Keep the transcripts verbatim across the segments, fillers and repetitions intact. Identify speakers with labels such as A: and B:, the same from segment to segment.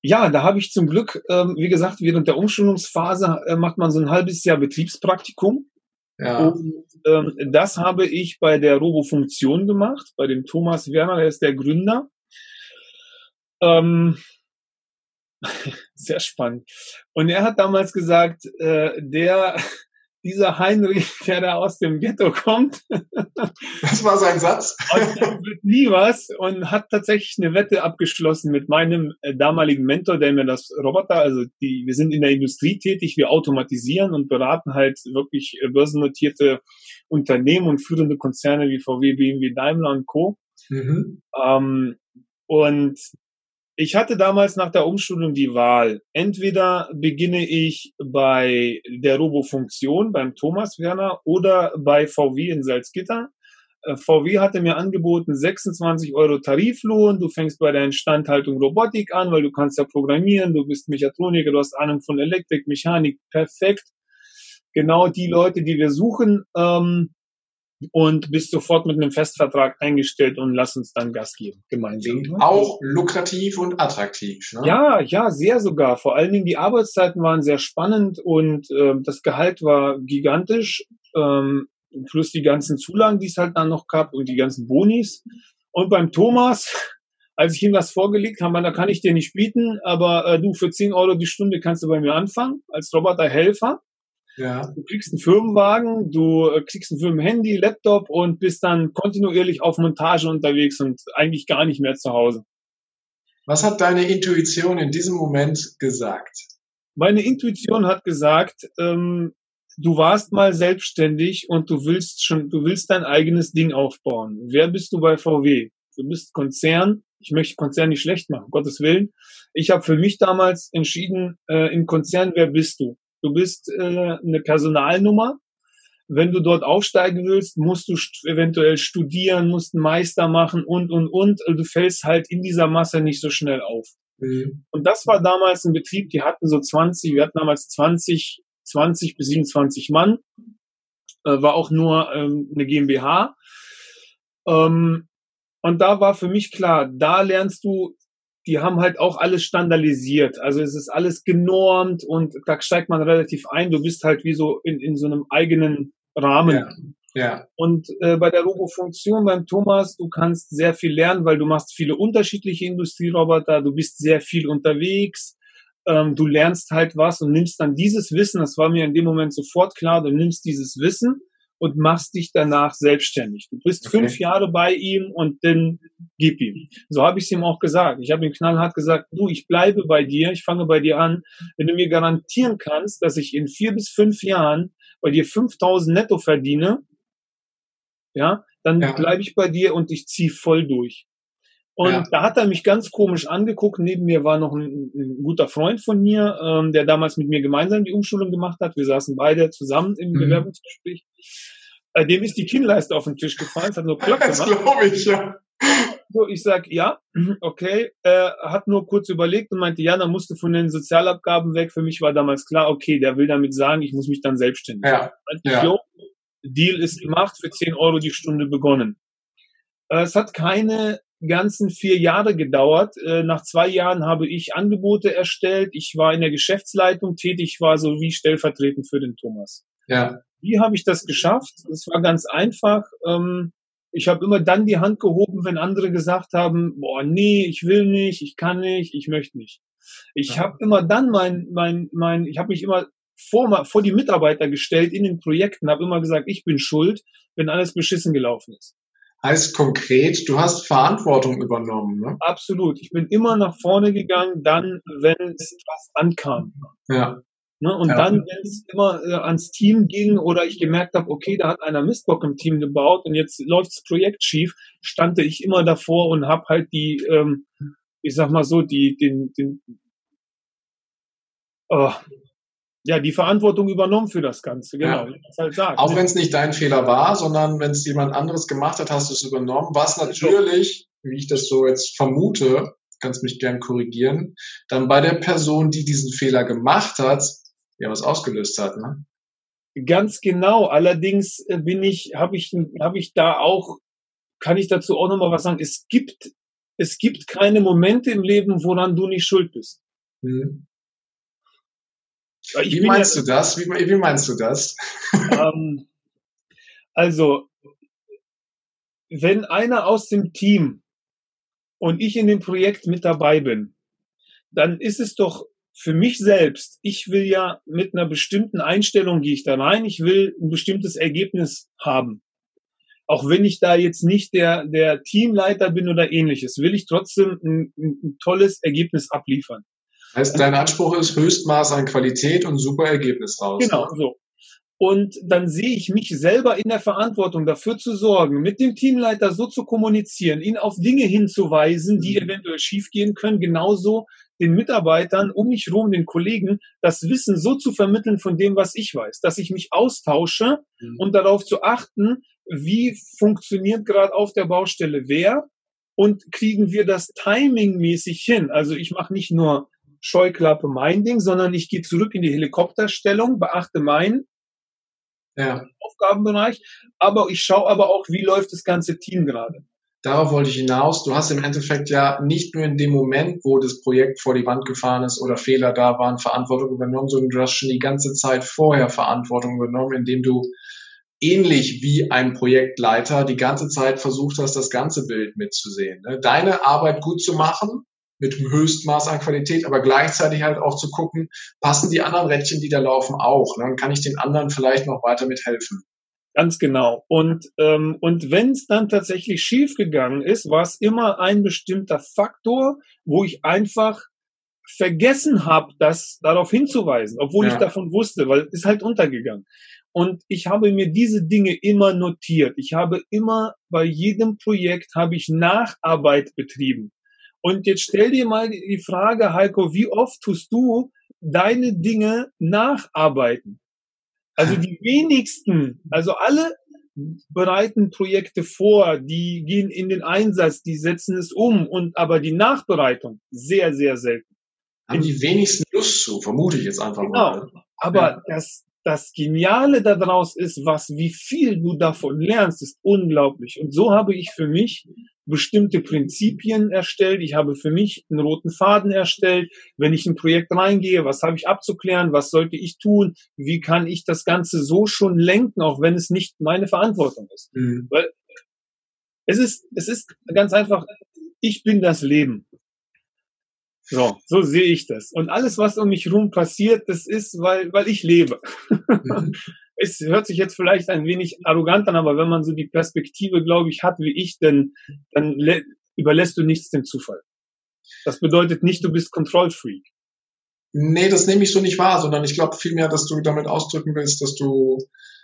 A: Ja, da habe ich zum Glück, ähm, wie gesagt, während der Umschulungsphase äh, macht man so ein halbes Jahr Betriebspraktikum.
B: Ja.
A: Und ähm, das habe ich bei der Robofunktion gemacht, bei dem Thomas Werner, der ist der Gründer. Ähm, sehr spannend. Und er hat damals gesagt, äh, der, dieser Heinrich, der da aus dem Ghetto kommt,
B: Das war sein Satz.
A: aus dem wird nie was, und hat tatsächlich eine Wette abgeschlossen mit meinem äh, damaligen Mentor, der mir das Roboter, also die, wir sind in der Industrie tätig, wir automatisieren und beraten halt wirklich äh, börsennotierte Unternehmen und führende Konzerne wie V W, B M W, Daimler und Co.
B: Mhm.
A: Ähm, und ich hatte damals nach der Umschulung die Wahl. Entweder beginne ich bei der Robofunktion, beim Thomas Werner, oder bei V W in Salzgitter. Äh, V W hatte mir angeboten sechsundzwanzig Euro Tariflohn. Du fängst bei der Instandhaltung Robotik an, weil du kannst ja programmieren, du bist Mechatroniker, du hast Ahnung von Elektrik, Mechanik. Perfekt. Genau die Leute, die wir suchen. Ähm, und bist sofort mit einem Festvertrag eingestellt und lass uns dann Gas geben, gemeinsam.
B: Auch lukrativ und attraktiv, ne?
A: Ja, ja, sehr sogar. Vor allen Dingen die Arbeitszeiten waren sehr spannend und äh, das Gehalt war gigantisch, ähm, plus die ganzen Zulagen, die es halt dann noch gab und die ganzen Bonis. Und beim Thomas, als ich ihm das vorgelegt habe, da kann ich dir nicht bieten, aber äh, du, für zehn Euro die Stunde kannst du bei mir anfangen, als Roboterhelfer.
B: Ja.
A: Du kriegst einen Firmenwagen, du kriegst ein Firmenhandy, Laptop und bist dann kontinuierlich auf Montage unterwegs und eigentlich gar nicht mehr zu Hause.
B: Was hat deine Intuition in diesem Moment gesagt?
A: Meine Intuition hat gesagt, ähm, du warst mal selbstständig und du willst schon, du willst dein eigenes Ding aufbauen. Wer bist du bei V W? Du bist Konzern. Ich möchte Konzern nicht schlecht machen, um Gottes Willen. Ich habe für mich damals entschieden, äh, im Konzern, wer bist du? Du bist äh, eine Personalnummer. Wenn du dort aufsteigen willst, musst du st- eventuell studieren, musst einen Meister machen und, und, und. Also du fällst halt in dieser Masse nicht so schnell auf.
B: Mhm.
A: Und das war damals ein Betrieb, die hatten so zwanzig, wir hatten damals zwanzig, zwanzig bis siebenundzwanzig Mann, äh, war auch nur ähm, eine GmbH. Ähm, und da war für mich klar, da lernst du, die haben halt auch alles standardisiert. Also es ist alles genormt und da steigt man relativ ein. Du bist halt wie so in, in so einem eigenen Rahmen.
B: Ja, ja.
A: Und äh, bei der Robofunktion beim Thomas, du kannst sehr viel lernen, weil du machst viele unterschiedliche Industrieroboter, du bist sehr viel unterwegs, ähm, du lernst halt was und nimmst dann dieses Wissen, das war mir in dem Moment sofort klar, du nimmst dieses Wissen und machst dich danach selbstständig. Du bist
B: Okay.
A: fünf Jahre bei ihm und dann gib ihm. So habe ich es ihm auch gesagt. Ich habe ihm knallhart gesagt, du, ich bleibe bei dir, ich fange bei dir an, wenn du mir garantieren kannst, dass ich in vier bis fünf Jahren bei dir fünftausend netto verdiene, ja, dann
B: Ja.
A: bleibe ich bei dir und ich ziehe voll durch. Und
B: Ja.
A: da hat er mich ganz komisch angeguckt. Neben mir war noch ein, ein guter Freund von mir, ähm, der damals mit mir gemeinsam die Umschulung gemacht hat. Wir saßen beide zusammen im
B: Mhm.
A: Bewerbungsgespräch. Äh, dem ist die Kinnleiste auf den Tisch gefallen, es hat nur Klack
B: Das
A: gemacht.
B: glaube ich, ja.
A: So, ich sag, ja, okay. Äh, hat nur kurz überlegt und meinte, ja, dann musst du von den Sozialabgaben weg. Für mich war damals klar, okay, der will damit sagen, ich muss mich dann selbstständig machen.
B: Ja.
A: Meinte ich,
B: Ja.
A: jo, Deal ist gemacht, für zehn Euro die Stunde begonnen. Äh, es hat keine ganzen vier Jahre gedauert. Äh, nach zwei Jahren habe ich Angebote erstellt. Ich war in der Geschäftsleitung tätig, war so wie stellvertretend für den Thomas.
B: Ja.
A: Wie habe ich das geschafft? Es war ganz einfach. Ähm, ich habe immer dann die Hand gehoben, wenn andere gesagt haben, boah, nee, ich will nicht, ich kann nicht, ich möchte nicht. Ich
B: Ja.
A: habe immer dann mein, mein, mein, ich habe mich immer vor, vor die Mitarbeiter gestellt in den Projekten, habe immer gesagt, ich bin schuld, wenn alles beschissen gelaufen ist.
B: Heißt konkret, du hast Verantwortung übernommen, ne?
A: Absolut. Ich bin immer nach vorne gegangen, dann, wenn es was ankam.
B: Ja.
A: Ne? Und
B: Ja.
A: dann, wenn es immer äh, ans Team ging oder ich gemerkt habe, okay, da hat einer Mistbock im Team gebaut und jetzt läuft das Projekt schief, stand ich immer davor und habe halt die, ähm, ich sag mal so, die, den, den, oh, ja, die Verantwortung übernommen für das Ganze, genau.
B: Ja.
A: Wie man es halt sagt.
B: Auch wenn es nicht dein Fehler war, sondern wenn es jemand anderes gemacht hat, hast du es übernommen. Was natürlich, wie ich das so jetzt vermute, kannst mich gern korrigieren, dann bei der Person, die diesen Fehler gemacht hat, ja was ausgelöst hat, ne?
A: Ganz genau. Allerdings äh, bin ich, habe ich, habe ich da auch, kann ich dazu auch nochmal was sagen. Es gibt, es gibt keine Momente im Leben, woran du nicht schuld bist.
B: Hm.
A: Ich
B: Wie
A: bin
B: meinst
A: ja,
B: du das? Wie, wie meinst du das?
A: ähm, also, wenn einer aus dem Team und ich in dem Projekt mit dabei bin, dann ist es doch für mich selbst, ich will ja mit einer bestimmten Einstellung gehe ich da rein, ich will ein bestimmtes Ergebnis haben. Auch wenn ich da jetzt nicht der, der Teamleiter bin oder ähnliches, will ich trotzdem ein, ein, ein tolles Ergebnis abliefern.
B: Heißt, dein Anspruch ist Höchstmaß an Qualität und super Ergebnis raus,
A: Genau,
B: ne?
A: so. Und dann sehe ich mich selber in der Verantwortung, dafür zu sorgen, mit dem Teamleiter so zu kommunizieren, ihn auf Dinge hinzuweisen, die eventuell schiefgehen können, genauso den Mitarbeitern um mich herum, den Kollegen, das Wissen so zu vermitteln von dem, was ich weiß, dass ich mich austausche
B: Mhm.
A: und darauf zu achten, wie funktioniert gerade auf der Baustelle wer und kriegen wir das timingmäßig hin. Also ich mache nicht nur Scheuklappe mein Ding, sondern ich gehe zurück in die Helikopterstellung, beachte mein
B: Ja,
A: Aufgabenbereich, aber ich schaue aber auch, wie läuft das ganze Team gerade.
B: darauf wollte ich hinaus. Du hast im Endeffekt ja nicht nur in dem Moment, wo das Projekt vor die Wand gefahren ist oder Fehler da waren, Verantwortung übernommen, sondern du hast schon die ganze Zeit vorher Verantwortung übernommen, indem du ähnlich wie ein Projektleiter die ganze Zeit versucht hast, das ganze Bild mitzusehen. Ne? Deine Arbeit gut zu machen, mit dem Höchstmaß an Qualität, aber gleichzeitig halt auch zu gucken, passen die anderen Rädchen, die da laufen, auch. Ne? Dann kann ich den anderen vielleicht noch weiter mithelfen.
A: Ganz genau. Und, ähm, und wenn es dann tatsächlich schiefgegangen ist, war es immer ein bestimmter Faktor, wo ich einfach vergessen habe, das darauf hinzuweisen, obwohl ich
B: Ja.
A: davon wusste, weil es ist halt untergegangen. Und ich habe mir diese Dinge immer notiert. Ich habe immer bei jedem Projekt habe ich Nacharbeit betrieben. Und jetzt stell dir mal die Frage, Heiko, wie oft tust du deine Dinge nacharbeiten? Also die wenigsten, also alle bereiten Projekte vor, die gehen in den Einsatz, die setzen es um und aber die Nachbereitung sehr, sehr selten.
B: Haben die wenigsten Lust zu, vermute ich jetzt einfach
A: Genau.
B: mal.
A: Aber
B: Ja.
A: das, das Geniale daraus ist, was, wie viel du davon lernst, ist unglaublich. Und so habe ich für mich bestimmte Prinzipien erstellt. Ich habe für mich einen roten Faden erstellt. Wenn ich in ein Projekt reingehe, was habe ich abzuklären? Was sollte ich tun? Wie kann ich das Ganze so schon lenken, auch wenn es nicht meine Verantwortung ist?
B: Mhm.
A: Weil es ist, es ist ganz einfach, ich bin das Leben. So, so sehe ich das. Und alles, was um mich herum passiert, das ist, weil, weil ich lebe.
B: Mhm.
A: Es hört sich jetzt vielleicht ein wenig arrogant an, aber wenn man so die Perspektive, glaube ich, hat wie ich, dann, dann überlässt du nichts dem Zufall. Das bedeutet nicht, du bist Kontrollfreak.
B: Nee, das nehme ich so nicht wahr, sondern ich glaube vielmehr, dass du damit ausdrücken willst, dass du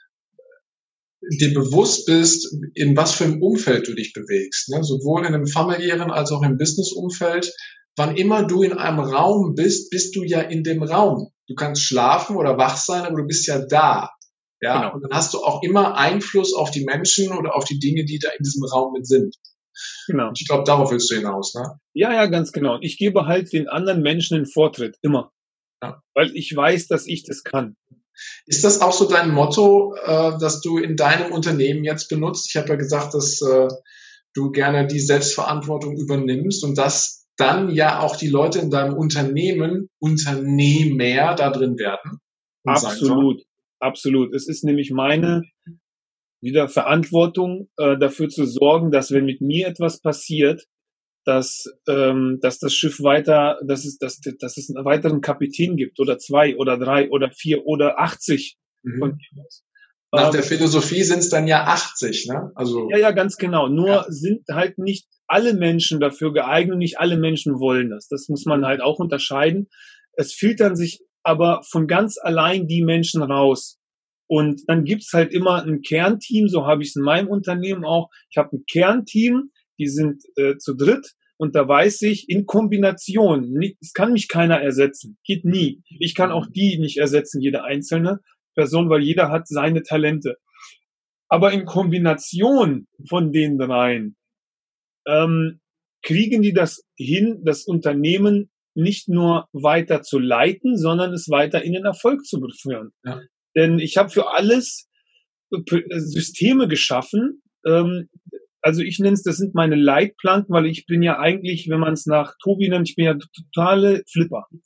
B: dir bewusst bist, in was für einem Umfeld du dich bewegst. Ne? Sowohl in einem familiären als auch im Business-Umfeld. Wann immer du in einem Raum bist, bist du ja in dem Raum. Du kannst schlafen oder wach sein, aber du bist ja da. Ja,
A: Genau.
B: und dann hast du auch immer Einfluss auf die Menschen oder auf die Dinge, die da in diesem Raum mit sind.
A: Genau.
B: Und ich glaube, darauf willst du hinaus, ne?
A: Ja, ja, ganz genau. Und ich gebe halt den anderen Menschen den Vortritt, immer.
B: Ja.
A: Weil ich weiß, dass ich das kann.
B: Ist das auch so dein Motto, äh, das du in deinem Unternehmen jetzt benutzt? Ich habe ja gesagt, dass äh, du gerne die Selbstverantwortung übernimmst und dass dann ja auch die Leute in deinem Unternehmen Unternehmer da drin werden. Und
A: Absolut, absolut. Es ist nämlich meine wieder Verantwortung, äh, dafür zu sorgen, dass wenn mit mir etwas passiert, dass, ähm, dass das Schiff weiter, dass es, dass, dass es einen weiteren Kapitän gibt oder zwei oder drei oder vier oder achtzig.
B: Mhm.
A: Von mir aus.
B: Nach
A: Ähm,
B: der Philosophie sind es dann ja achtzig, ne? Also
A: ja, ja, ganz genau. Nur
B: ja.
A: sind halt nicht alle Menschen dafür geeignet, nicht alle Menschen wollen das. Das muss man halt auch unterscheiden. Es filtern sich aber von ganz allein die Menschen raus. Und dann gibt's halt immer ein Kernteam, so habe ich es in meinem Unternehmen auch. Ich habe ein Kernteam, die sind äh, zu dritt und da weiß ich, in Kombination, es kann mich keiner ersetzen, geht nie. Ich kann auch die nicht ersetzen, jede einzelne Person, weil jeder hat seine Talente. Aber in Kombination von den dreien ähm, kriegen die das hin, das Unternehmen nicht nur weiter zu leiten, sondern es weiter in den Erfolg zu führen.
B: Ja.
A: Denn ich habe für alles Systeme geschaffen. Ähm, also ich nenne es, das sind meine Leitplanken, weil ich bin ja eigentlich, wenn man es nach Tobi nennt, ich bin ja totale Flipper.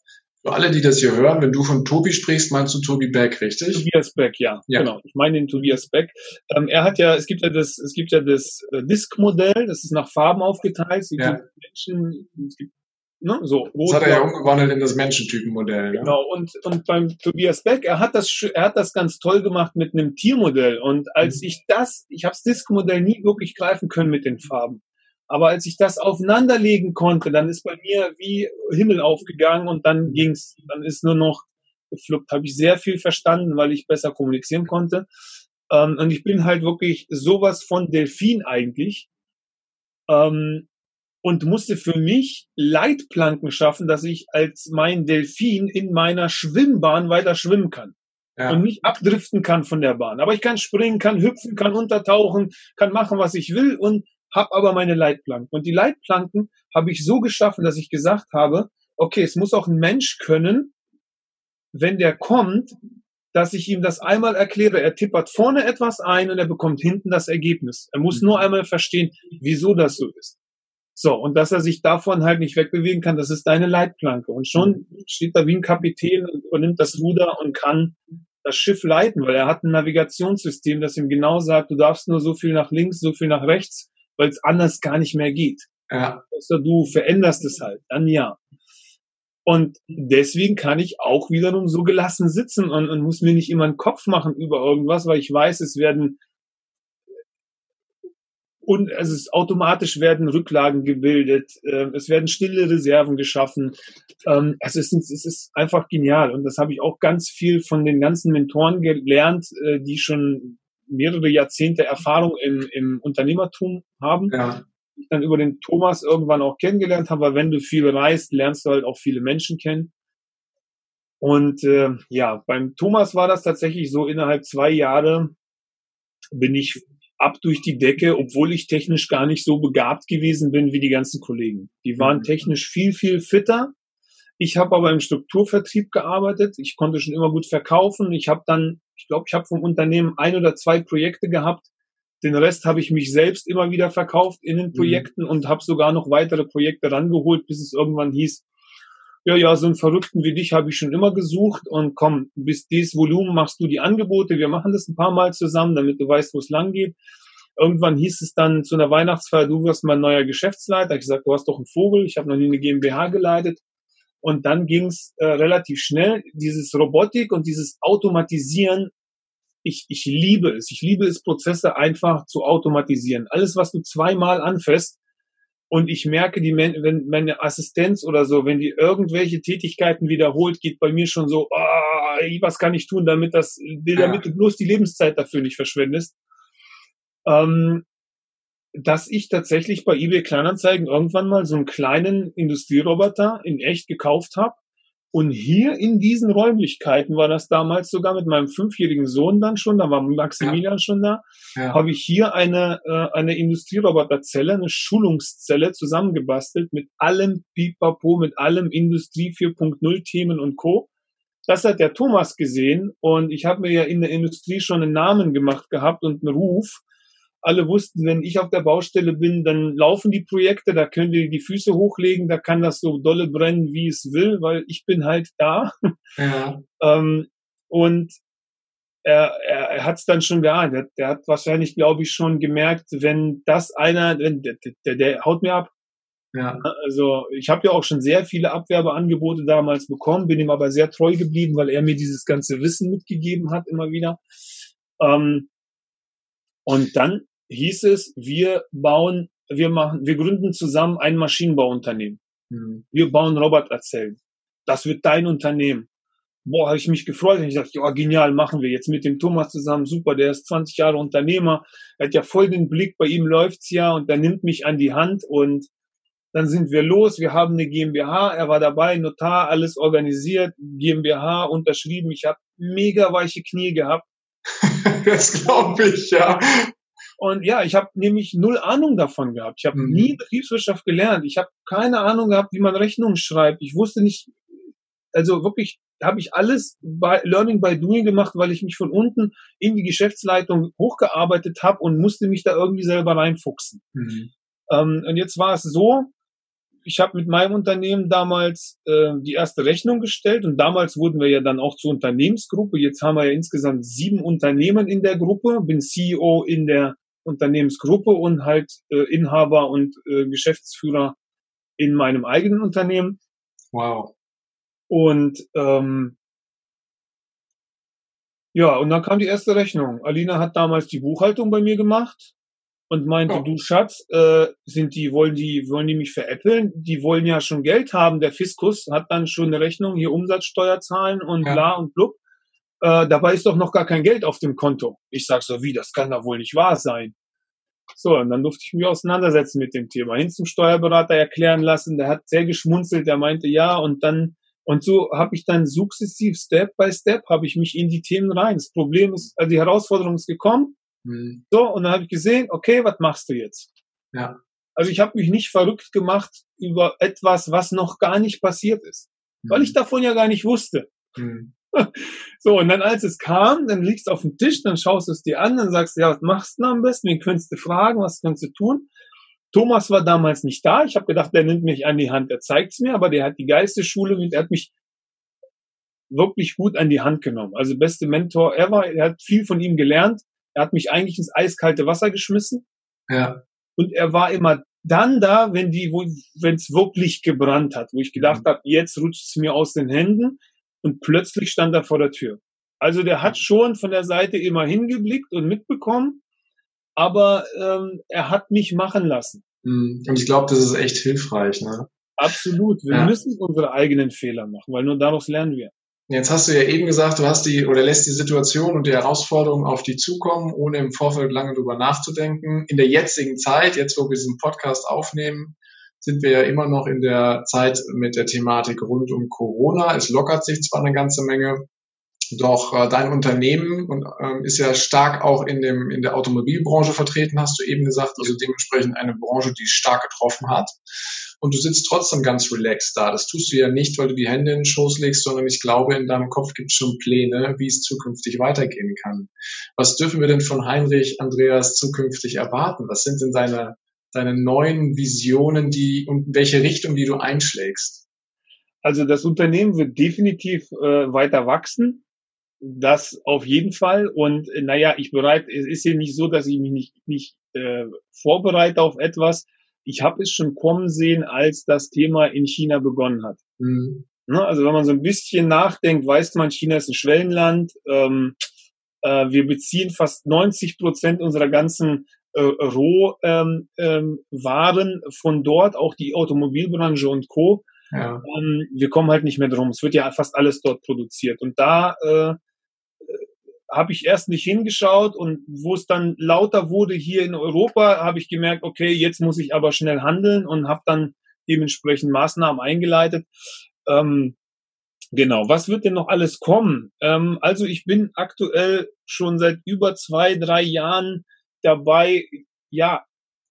B: Für alle, die das hier hören, wenn du von Tobi sprichst, meinst du Tobi Beck, richtig?
A: Tobias Beck, ja, ja. Genau. Ich meine den Tobias Beck. Ähm, er hat ja, es gibt ja das, es gibt ja das äh, Disk-Modell, das ist nach Farben aufgeteilt. Es gibt
B: ja.
A: Menschen, es gibt, ne, so
B: rot. Das hat er ja umgewandelt in das Menschentypenmodell.
A: Genau. Ne? Und und beim Tobias Beck, er hat das, er hat das ganz toll gemacht mit einem Tiermodell. Und als mhm. ich das, ich habe das Disk-Modell nie wirklich greifen können mit den Farben. Aber als ich das aufeinanderlegen konnte, dann ist bei mir wie Himmel aufgegangen und dann ging's, dann ist nur noch gefluppt. Habe ich sehr viel verstanden, weil ich besser kommunizieren konnte. Ähm, und ich bin halt wirklich sowas von Delfin eigentlich ähm, und musste für mich Leitplanken schaffen, dass ich als mein Delfin in meiner Schwimmbahn weiter schwimmen kann. Ja. Und nicht abdriften kann von der Bahn. Aber ich kann springen, kann hüpfen, kann untertauchen, kann machen, was ich will und habe aber meine Leitplanken. Und die Leitplanken habe ich so geschaffen, dass ich gesagt habe, okay, es muss auch ein Mensch können, wenn der kommt, dass ich ihm das einmal erkläre. Er tippert vorne etwas ein und er bekommt hinten das Ergebnis. Er muss mhm. nur einmal verstehen, wieso das so ist. So, und dass er sich davon halt nicht wegbewegen kann, das ist deine Leitplanke. Und schon steht er wie ein Kapitän und übernimmt das Ruder und kann das Schiff leiten, weil er hat ein Navigationssystem, das ihm genau sagt, du darfst nur so viel nach links, so viel nach rechts, weil es anders gar nicht mehr geht. Ja. Außer du veränderst es halt, dann ja. Und deswegen kann ich auch wiederum so gelassen sitzen und, und muss mir nicht immer einen Kopf machen über irgendwas, weil ich weiß, es werden und also es automatisch werden Rücklagen gebildet, äh, es werden stille Reserven geschaffen. Ähm, also es ist, es ist einfach genial und das habe ich auch ganz viel von den ganzen Mentoren gelernt, äh, die schon mehrere Jahrzehnte Erfahrung im, im Unternehmertum haben. Ja. Ich dann über den Thomas irgendwann auch kennengelernt habe, weil wenn du viel reist, lernst du halt auch viele Menschen kennen. Und äh, ja, beim Thomas war das tatsächlich so, innerhalb zwei Jahre bin ich ab durch die Decke, obwohl ich technisch gar nicht so begabt gewesen bin wie die ganzen Kollegen. Die waren mhm. technisch viel, viel fitter. Ich habe aber im Strukturvertrieb gearbeitet. Ich konnte schon immer gut verkaufen. Ich habe dann, ich glaube, ich habe vom Unternehmen ein oder zwei Projekte gehabt. Den Rest habe ich mich selbst immer wieder verkauft in den Projekten mhm. und habe sogar noch weitere Projekte rangeholt, bis es irgendwann hieß, ja, ja, so einen Verrückten wie dich habe ich schon immer gesucht und komm, bis dieses Volumen machst du die Angebote. Wir machen das ein paar Mal zusammen, damit du weißt, wo es lang geht. Irgendwann hieß es dann zu einer Weihnachtsfeier, du wirst mein neuer Geschäftsleiter. Ich gesagt, du hast doch einen Vogel. Ich habe noch nie eine GmbH geleitet. Und dann ging es äh, relativ schnell. Dieses Robotik und dieses Automatisieren, ich, ich liebe es. Ich liebe es, Prozesse einfach zu automatisieren. Alles, was du zweimal anfasst und ich merke, die, wenn meine Assistenz oder so, wenn die irgendwelche Tätigkeiten wiederholt, geht bei mir schon so, oh, was kann ich tun, damit das, damit du bloß die Lebenszeit dafür nicht verschwendest. Ähm, dass ich tatsächlich bei eBay Kleinanzeigen irgendwann mal so einen kleinen Industrieroboter in echt gekauft habe. Und hier in diesen Räumlichkeiten war das damals sogar mit meinem fünfjährigen Sohn dann schon, da war Maximilian ja. schon da, ja. habe ich hier eine äh, eine Industrieroboterzelle, eine Schulungszelle zusammengebastelt mit allem Pipapo, mit allem Industrie vier Punkt null Themen und Co. Das hat der Thomas gesehen und ich habe mir ja in der Industrie schon einen Namen gemacht gehabt und einen Ruf. Alle wussten, wenn ich auf der Baustelle bin, dann laufen die Projekte, da könnt ihr die Füße hochlegen, da kann das so dolle brennen, wie es will, weil ich bin halt da. Ja. ähm, und er, er, er hat es dann schon geahnt. Der, der hat wahrscheinlich, glaube ich, schon gemerkt, wenn das einer, wenn, der, der, der haut mir ab. Ja. Also ich habe ja auch schon sehr viele Abwerbeangebote damals bekommen, bin ihm aber sehr treu geblieben, weil er mir dieses ganze Wissen mitgegeben hat, immer wieder. Ähm, und dann hieß es, wir bauen, wir machen, wir gründen zusammen ein Maschinenbauunternehmen. Mhm. Wir bauen Roboterzellen. Das wird dein Unternehmen. Boah, habe ich mich gefreut. Und ich dachte, ja, genial, machen wir jetzt mit dem Thomas zusammen. Super, der ist zwanzig Jahre Unternehmer. Er hat ja voll den Blick, bei ihm läuft's ja und der nimmt mich an die Hand und dann sind wir los. Wir haben eine GmbH. Er war dabei, Notar, alles organisiert, GmbH unterschrieben. Ich habe mega weiche Knie gehabt.
B: Das glaube ich, ja.
A: Und ja, ich habe nämlich null Ahnung davon gehabt. Ich habe mhm. nie Betriebswirtschaft gelernt. Ich habe keine Ahnung gehabt, wie man Rechnungen schreibt. Ich wusste nicht, also wirklich habe ich alles bei Learning by Doing gemacht, weil ich mich von unten in die Geschäftsleitung hochgearbeitet habe und musste mich da irgendwie selber reinfuchsen. Mhm. Ähm, und jetzt war es so, ich habe mit meinem Unternehmen damals äh, die erste Rechnung gestellt und damals wurden wir ja dann auch zur Unternehmensgruppe. Jetzt haben wir ja insgesamt sieben Unternehmen in der Gruppe, bin C E O in der Unternehmensgruppe und halt äh, Inhaber und äh, Geschäftsführer in meinem eigenen Unternehmen.
B: Wow.
A: Und ähm, ja, und dann kam die erste Rechnung. Alina hat damals die Buchhaltung bei mir gemacht und meinte,
B: Oh.
A: du Schatz, äh, sind die, wollen die, wollen die mich veräppeln? Die wollen ja schon Geld haben. Der Fiskus hat dann schon eine Rechnung, hier Umsatzsteuer zahlen und
B: Ja.
A: bla und blub. Äh, dabei ist doch noch gar kein Geld auf dem Konto. Ich sag so, wie, das kann doch wohl nicht wahr sein. So, und dann durfte ich mich auseinandersetzen mit dem Thema. Hin zum Steuerberater erklären lassen, der hat sehr geschmunzelt, der meinte ja, und dann, und so habe ich dann sukzessiv, Step by Step, habe ich mich in die Themen rein. Das Problem ist, also die Herausforderung ist gekommen,
B: Hm.
A: so, und dann habe ich gesehen, okay, was machst du jetzt?
B: Ja.
A: Also ich habe mich nicht verrückt gemacht über etwas, was noch gar nicht passiert ist,
B: Hm.
A: weil ich davon ja gar nicht wusste.
B: Hm.
A: So, und dann als es kam, dann liegst du auf dem Tisch, dann schaust du es dir an, dann sagst du, ja, was machst du denn am besten? Wen könntest du fragen? Was könntest du tun? Thomas war damals nicht da. Ich habe gedacht, der nimmt mich an die Hand, der zeigt's mir, aber der hat die geilste Schule und er hat mich wirklich gut an die Hand genommen. Also beste Mentor ever. Er hat viel von ihm gelernt. Er hat mich eigentlich ins eiskalte Wasser geschmissen.
B: Ja.
A: Und er war immer dann da, wenn die, wenn es wirklich gebrannt hat, wo ich gedacht
B: Mhm.
A: habe, jetzt rutscht es mir aus den Händen. Und plötzlich stand er vor der Tür. Also der hat schon von der Seite immer hingeblickt und mitbekommen, aber ähm, er hat mich machen lassen.
B: Hm. Und ich glaube, das ist echt hilfreich, ne?
A: Absolut. Wir
B: Ja.
A: müssen unsere eigenen Fehler machen, weil nur daraus lernen wir.
B: Jetzt hast du ja eben gesagt, du hast die oder lässt die Situation und die Herausforderungen auf dich zukommen, ohne im Vorfeld lange drüber nachzudenken. In der jetzigen Zeit, jetzt wo wir diesen Podcast aufnehmen, sind wir ja immer noch in der Zeit mit der Thematik rund um Corona. Es lockert sich zwar eine ganze Menge, doch äh, dein Unternehmen und, ähm, ist ja stark auch in dem in der Automobilbranche vertreten, hast du eben gesagt, also dementsprechend eine Branche, die es stark getroffen hat. Und du sitzt trotzdem ganz relaxed da. Das tust du ja nicht, weil du die Hände in den Schoß legst, sondern ich glaube, in deinem Kopf gibt es schon Pläne, wie es zukünftig weitergehen kann. Was dürfen wir denn von Heinrich Andreas zukünftig erwarten? Was sind denn deine deine neuen Visionen, die und welche Richtung, die du einschlägst?
A: Also das Unternehmen wird definitiv äh, weiter wachsen. Das auf jeden Fall. Und äh, naja, ich bereite, es ist hier nicht so, dass ich mich nicht, nicht äh, vorbereite auf etwas. Ich habe es schon kommen sehen, als das Thema in China begonnen hat.
B: Mhm.
A: Ne? Also wenn man so ein bisschen nachdenkt, weiß man, China ist ein Schwellenland. Ähm, äh, wir beziehen fast neunzig Prozent unserer ganzen äh, Rohwaren ähm, ähm, von dort, auch die Automobilbranche und Co.
B: Ja.
A: Ähm, wir kommen halt nicht mehr drum. Es wird ja fast alles dort produziert. Und da äh, habe ich erst nicht hingeschaut und wo es dann lauter wurde hier in Europa, habe ich gemerkt, okay, jetzt muss ich aber schnell handeln und habe dann dementsprechend Maßnahmen eingeleitet. Ähm, genau, was wird denn noch alles kommen? Ähm, also ich bin aktuell schon seit über zwei, drei Jahren dabei, ja,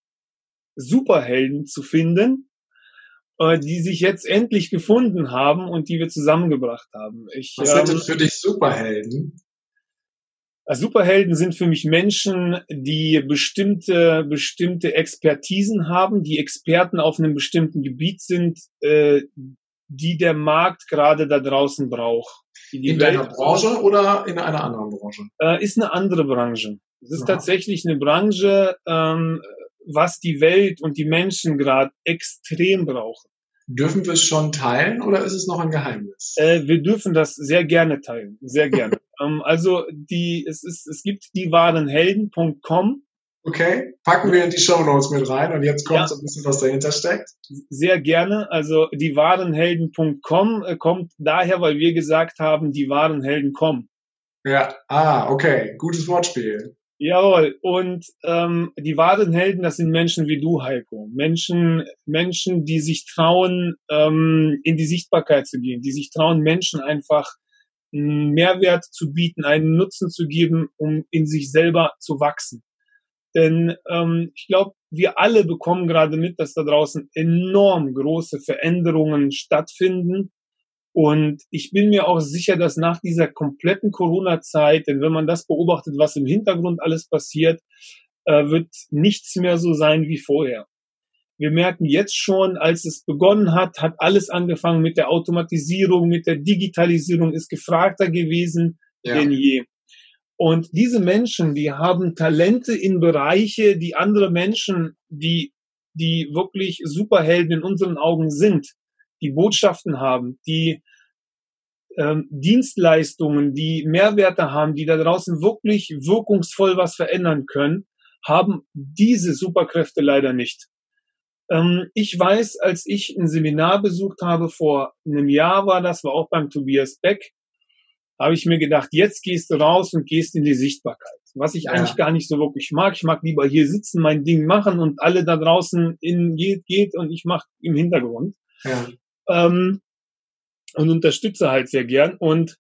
A: Superhelden zu finden, äh, die sich jetzt endlich gefunden haben und die wir zusammengebracht haben. Ich,
B: Was sind denn
A: ähm,
B: für dich Superhelden?
A: Superhelden sind für mich Menschen, die bestimmte bestimmte Expertisen haben, die Experten auf einem bestimmten Gebiet sind, äh, die der Markt gerade da draußen braucht. Die die
B: In
A: Welt,
B: deiner Branche oder in einer anderen Branche?
A: äh, ist eine andere Branche. Es ist
B: Aha.
A: tatsächlich eine Branche, ähm, was die Welt und die Menschen gerade extrem brauchen.
B: Dürfen wir es schon teilen oder ist es noch ein Geheimnis?
A: Äh, wir dürfen das sehr gerne teilen, sehr gerne. ähm, also die, es ist, es gibt die wahren Helden Punkt com.
B: Okay, packen wir in die Shownotes mit rein und jetzt kommt
A: Ja.
B: so ein bisschen, was dahinter steckt.
A: Sehr gerne. Also die wahren Helden Punkt com äh, kommt daher, weil wir gesagt haben, die wahren Helden kommen.
B: Ja, ah, okay, gutes Wortspiel.
A: Jawohl. Und ähm, die wahren Helden, das sind Menschen wie du, Heiko. Menschen, Menschen, die sich trauen, ähm, in die Sichtbarkeit zu gehen, die sich trauen, Menschen einfach einen Mehrwert zu bieten, einen Nutzen zu geben, um in sich selber zu wachsen. Denn ähm, ich glaube, wir alle bekommen gerade mit, dass da draußen enorm große Veränderungen stattfinden. Und ich bin mir auch sicher, dass nach dieser kompletten Corona-Zeit, denn wenn man das beobachtet, was im Hintergrund alles passiert, äh, wird nichts mehr so sein wie vorher. wir merken jetzt schon, als es begonnen hat, hat alles angefangen mit der Automatisierung, mit der Digitalisierung, ist gefragter gewesen ja. denn je. Und diese Menschen, die haben Talente in Bereiche, die andere Menschen, die, die wirklich Superhelden in unseren Augen sind, die Botschaften haben, die ähm, Dienstleistungen, die Mehrwerte haben, die da draußen wirklich wirkungsvoll was verändern können, haben diese Superkräfte leider nicht. Ähm, ich weiß, als ich ein Seminar besucht habe, vor einem Jahr war das, war auch beim Tobias Beck, habe ich mir gedacht, jetzt gehst du raus und gehst in die Sichtbarkeit. Was ich ja. eigentlich gar nicht so wirklich mag. Ich mag lieber hier sitzen, mein Ding machen und alle da draußen in geht, geht und ich mache im Hintergrund. Ja. Ähm, und unterstütze halt sehr gern und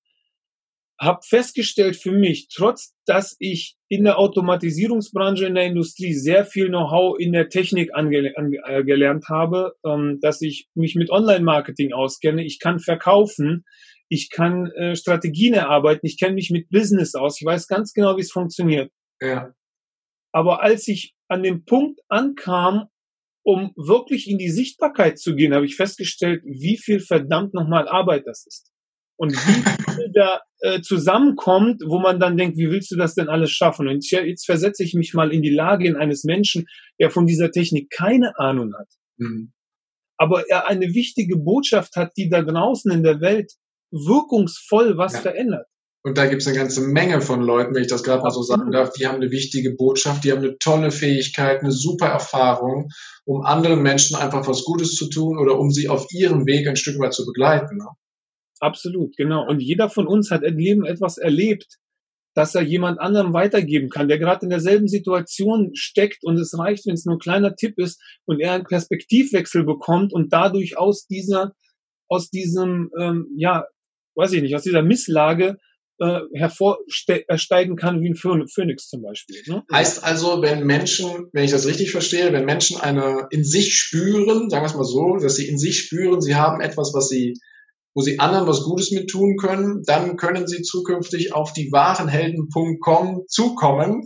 A: habe festgestellt für mich, trotz dass ich in der Automatisierungsbranche, in der Industrie sehr viel Know-how in der Technik ange- ange- gelernt habe, ähm, dass ich mich mit Online-Marketing auskenne, ich kann verkaufen, ich kann äh, Strategien erarbeiten, ich kenne mich mit Business aus, ich weiß ganz genau, wie es funktioniert. Ja. Aber als ich an dem Punkt ankam, um wirklich in die Sichtbarkeit zu gehen, habe ich festgestellt, wie viel verdammt nochmal Arbeit das ist. Und wie viel da äh, zusammenkommt, wo man dann denkt, wie willst du das denn alles schaffen? Und jetzt versetze ich mich mal in die Lage in eines Menschen, der von dieser Technik keine Ahnung hat. Mhm. Aber er eine wichtige Botschaft hat, die da draußen in der Welt wirkungsvoll was ja. verändert.
B: Und da gibt es eine ganze Menge von Leuten, wenn ich das gerade mal so sagen darf, die haben eine wichtige Botschaft, die haben eine tolle Fähigkeit, eine super Erfahrung, um anderen Menschen einfach was Gutes zu tun oder um sie auf ihrem Weg ein Stück weit zu begleiten. Ne?
A: Absolut, genau. Und jeder von uns hat im Leben etwas erlebt, dass er jemand anderem weitergeben kann, der gerade in derselben Situation steckt und es reicht, wenn es nur ein kleiner Tipp ist und er einen Perspektivwechsel bekommt und dadurch aus dieser, aus diesem, ähm, ja, weiß ich nicht, aus dieser Misslage äh, hervorsteigen kann wie ein Phönix zum Beispiel. Ne?
B: Heißt also, wenn Menschen, wenn ich das richtig verstehe, wenn Menschen eine in sich spüren, sagen wir es mal so, dass sie in sich spüren, sie haben etwas, was sie, wo sie anderen was Gutes mit tun können, dann können sie zukünftig auf die wahrenhelden punkt com zukommen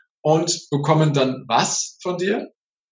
B: und bekommen dann was von dir?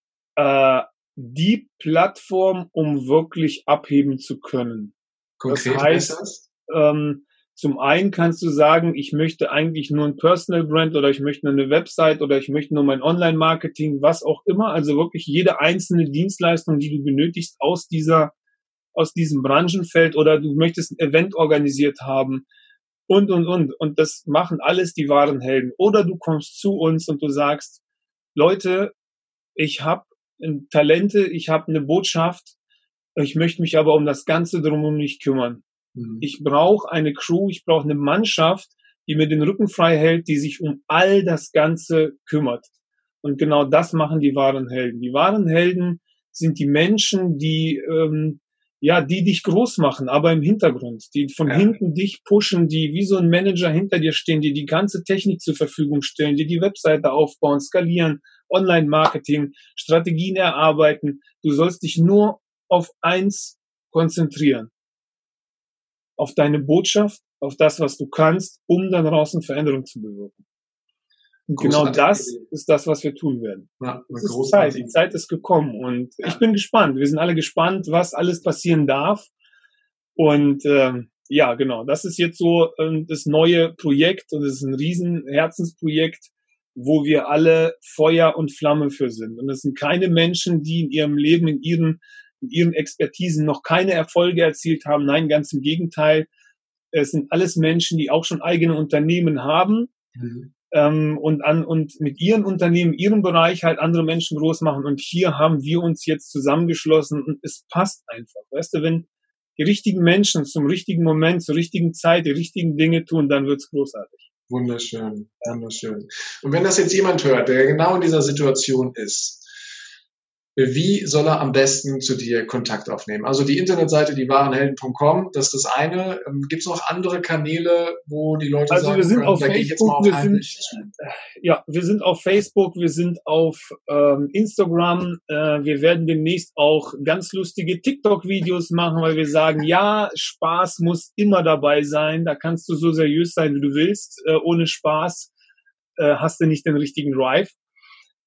A: Äh, die Plattform, um wirklich abheben zu können.
B: Konkret
A: das heißt,
B: das?
A: Ähm, zum einen kannst du sagen, ich möchte eigentlich nur ein Personal Brand oder ich möchte nur eine Website oder ich möchte nur mein Online-Marketing, was auch immer. Also wirklich jede einzelne Dienstleistung, die du benötigst aus dieser, aus diesem Branchenfeld oder du möchtest ein Event organisiert haben und, und, und. Und das machen alles die wahren Helden. Oder du kommst zu uns und du sagst, Leute, ich habe Talente, ich habe eine Botschaft, ich möchte mich aber um das Ganze drumherum nicht kümmern. Ich brauche eine Crew, ich brauche eine Mannschaft, die mir den Rücken frei hält, die sich um all das Ganze kümmert. Und genau das machen die wahren Helden. Die wahren Helden sind die Menschen, die ähm, ja, die dich groß machen, aber im Hintergrund, die von ja. hinten dich pushen, die wie so ein Manager hinter dir stehen, die die ganze Technik zur Verfügung stellen, die die Webseite aufbauen, skalieren, Online-Marketing, Strategien erarbeiten. Du sollst dich nur auf eins konzentrieren. Auf deine Botschaft, auf das, was du kannst, um dann draußen Veränderung zu bewirken. Und genau das Idee. Ist das, was wir tun werden.
B: Ja,
A: es ist Zeit, die Zeit ist gekommen und ja. ich bin gespannt. Wir sind alle gespannt, was alles passieren darf. Und ähm, ja, genau, das ist jetzt so ähm, das neue Projekt und es ist ein riesen Herzensprojekt, wo wir alle Feuer und Flamme für sind. Und es sind keine Menschen, die in ihrem Leben, in ihren in ihren Expertisen noch keine Erfolge erzielt haben. Nein, ganz im Gegenteil. Es sind alles Menschen, die auch schon eigene Unternehmen haben mhm. ähm, und an und mit ihren Unternehmen, ihrem Bereich halt andere Menschen groß machen. Und hier haben wir uns jetzt zusammengeschlossen und es passt einfach. Weißt du, wenn die richtigen Menschen zum richtigen Moment, zur richtigen Zeit die richtigen Dinge tun, dann wird's großartig.
B: Wunderschön, wunderschön. Und wenn das jetzt jemand hört, der genau in dieser Situation ist, wie soll er am besten zu dir Kontakt aufnehmen? Also die Internetseite, die wahrenhelden punkt com, das ist das eine. Gibt es noch andere Kanäle, wo die Leute
A: also
B: sagen
A: wir sind
B: können,
A: auf
B: da
A: Facebook,
B: gehe ich jetzt mal auf
A: wir sind, ja, wir sind auf Facebook, wir sind auf ähm, Instagram, äh, wir werden demnächst auch ganz lustige TikTok-Videos machen, weil wir sagen, ja, Spaß muss immer dabei sein, da kannst du so seriös sein, wie du willst, äh, ohne Spaß äh, hast du nicht den richtigen Drive.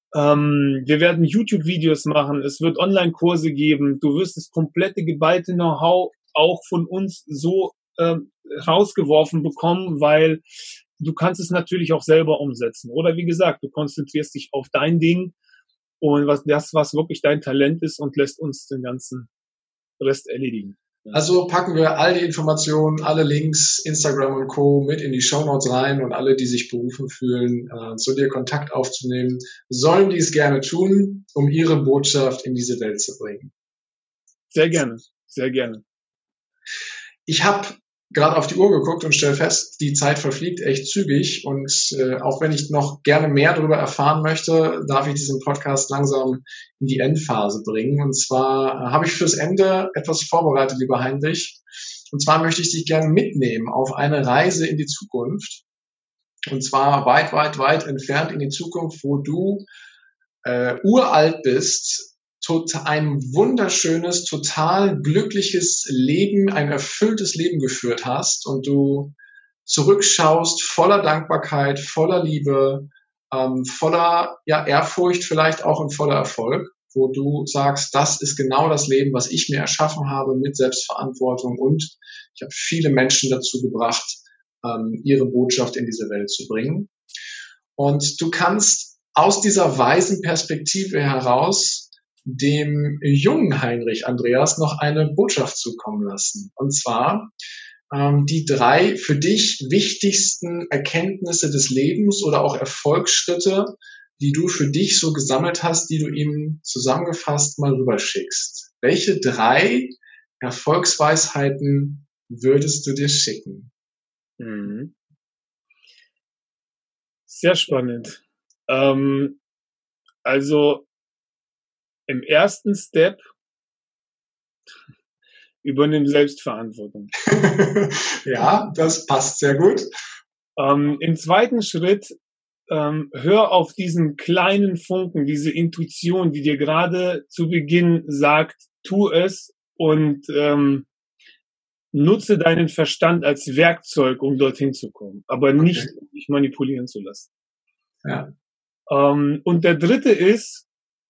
A: Ähm, wir werden YouTube-Videos machen, es wird Online-Kurse geben, du wirst das komplette geballte Know-how auch von uns so ähm, rausgeworfen bekommen, weil du kannst es natürlich auch selber umsetzen. Oder wie gesagt, du konzentrierst dich auf dein Ding und was das, was wirklich dein Talent ist und lässt uns den ganzen Rest erledigen. Ja.
B: Also packen wir all die Informationen, alle Links, Instagram und Co. mit in die Shownotes rein und alle, die sich berufen fühlen, äh, zu dir Kontakt aufzunehmen, sollen dies gerne tun, um ihre Botschaft in diese Welt zu bringen.
A: Sehr gerne, sehr gerne.
B: Ich habe gerade auf die Uhr geguckt und stelle fest, die Zeit verfliegt echt zügig und äh, auch wenn ich noch gerne mehr darüber erfahren möchte, darf ich diesen Podcast langsam in die Endphase bringen. Und zwar äh, habe ich fürs Ende etwas vorbereitet, lieber Heinrich. Und zwar möchte ich dich gerne mitnehmen auf eine Reise in die Zukunft. Und zwar weit, weit, weit entfernt in die Zukunft, wo du äh, uralt bist, ein wunderschönes, total glückliches Leben, ein erfülltes Leben geführt hast und du zurückschaust voller Dankbarkeit, voller Liebe, ähm, voller ja, Ehrfurcht vielleicht auch und voller Erfolg, wo du sagst, das ist genau das Leben, was ich mir erschaffen habe mit Selbstverantwortung und ich habe viele Menschen dazu gebracht, ähm, ihre Botschaft in diese Welt zu bringen. Und du kannst aus dieser weisen Perspektive heraus dem jungen Heinrich Andreas noch eine Botschaft zukommen lassen. Und zwar ähm, die drei für dich wichtigsten Erkenntnisse des Lebens oder auch Erfolgsschritte, die du für dich so gesammelt hast, die du ihm zusammengefasst mal rüberschickst. Welche drei Erfolgsweisheiten würdest du dir schicken?
A: Mhm. Sehr spannend. Ähm, also im ersten Step übernimm Selbstverantwortung.
B: Ja, das passt sehr gut.
A: Ähm, im zweiten Schritt ähm, hör auf diesen kleinen Funken, diese Intuition, die dir gerade zu Beginn sagt, tu es und ähm, nutze deinen Verstand als Werkzeug, um dorthin zu kommen, aber nicht
B: Okay.
A: dich manipulieren zu lassen.
B: Ja.
A: Ähm, und der dritte ist,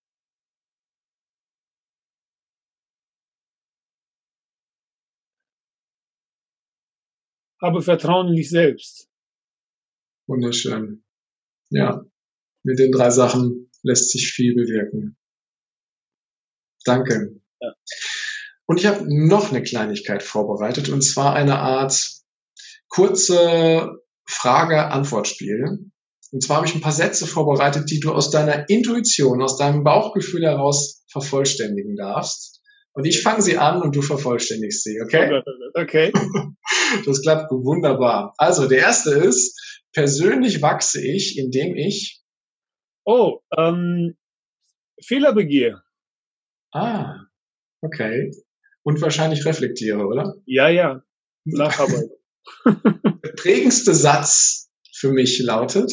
A: habe Vertrauen in dich selbst.
B: Wunderschön. Ja, mit den drei Sachen lässt sich viel bewirken. Danke.
A: Ja.
B: Und ich habe noch eine Kleinigkeit vorbereitet, und zwar eine Art kurze Frage-Antwort-Spiel. Und zwar habe ich ein paar Sätze vorbereitet, die du aus deiner Intuition, aus deinem Bauchgefühl heraus vervollständigen darfst. Und ich fange sie an und du vervollständigst sie, okay?
A: Okay.
B: Das klappt wunderbar. Also, der erste ist, persönlich wachse ich, indem ich...
A: Oh, ähm, Fehlerbegier.
B: Ah, okay. Und wahrscheinlich reflektiere, oder?
A: Ja, ja. Nacharbeit.
B: Der prägendste Satz für mich lautet?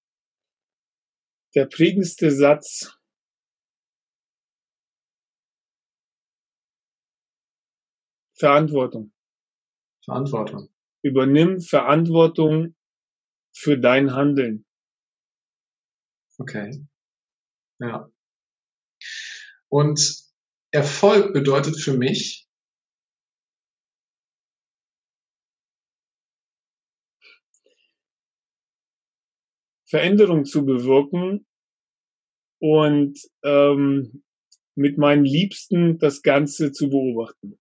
A: Der prägendste Satz. Verantwortung.
B: Verantwortung.
A: Übernimm Verantwortung für dein Handeln.
B: Okay. Ja. Und Erfolg bedeutet für mich?
A: Veränderung zu bewirken und ähm, mit meinen Liebsten das Ganze zu beobachten.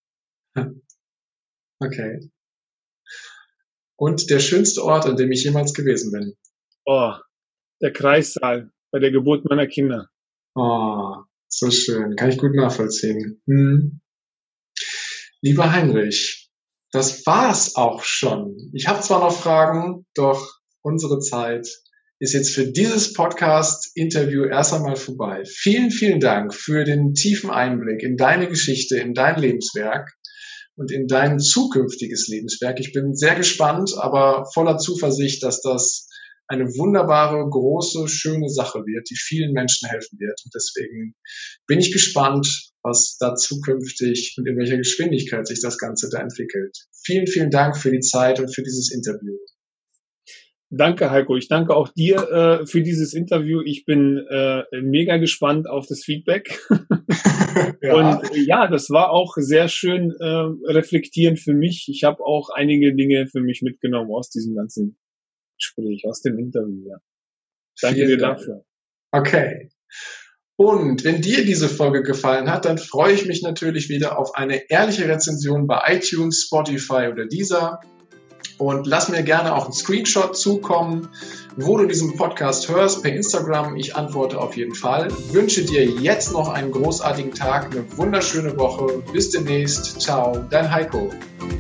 B: Okay. Und der schönste Ort, an dem ich jemals gewesen bin?
A: Oh, der Kreissaal bei der Geburt meiner Kinder.
B: Oh, so schön. Kann ich gut nachvollziehen. Hm. Lieber Heinrich, das war's auch schon. Ich habe zwar noch Fragen, doch unsere Zeit ist jetzt für dieses Podcast-Interview erst einmal vorbei. Vielen, vielen Dank für den tiefen Einblick in deine Geschichte, in dein Lebenswerk und in dein zukünftiges Lebenswerk. Ich bin sehr gespannt, aber voller Zuversicht, dass das eine wunderbare, große, schöne Sache wird, die vielen Menschen helfen wird. Und deswegen bin ich gespannt, was da zukünftig und in welcher Geschwindigkeit sich das Ganze da entwickelt. Vielen, vielen Dank für die Zeit und für dieses Interview.
A: Danke, Heiko. Ich danke auch dir äh, für dieses Interview. Ich bin äh, mega gespannt auf das Feedback. Ja. Und äh, ja, das war auch sehr schön äh, reflektierend für mich. Ich habe auch einige Dinge für mich mitgenommen aus diesem ganzen Gespräch, aus dem Interview. Ja. Danke Vielen dir Dank. dafür.
B: Okay. Und wenn dir diese Folge gefallen hat, dann freue ich mich natürlich wieder auf eine ehrliche Rezension bei iTunes, Spotify oder Deezer. Und lass mir gerne auch einen Screenshot zukommen, wo du diesen Podcast hörst, per Instagram. Ich antworte auf jeden Fall. Ich wünsche dir jetzt noch einen großartigen Tag, eine wunderschöne Woche. Bis demnächst. Ciao, dein Heiko.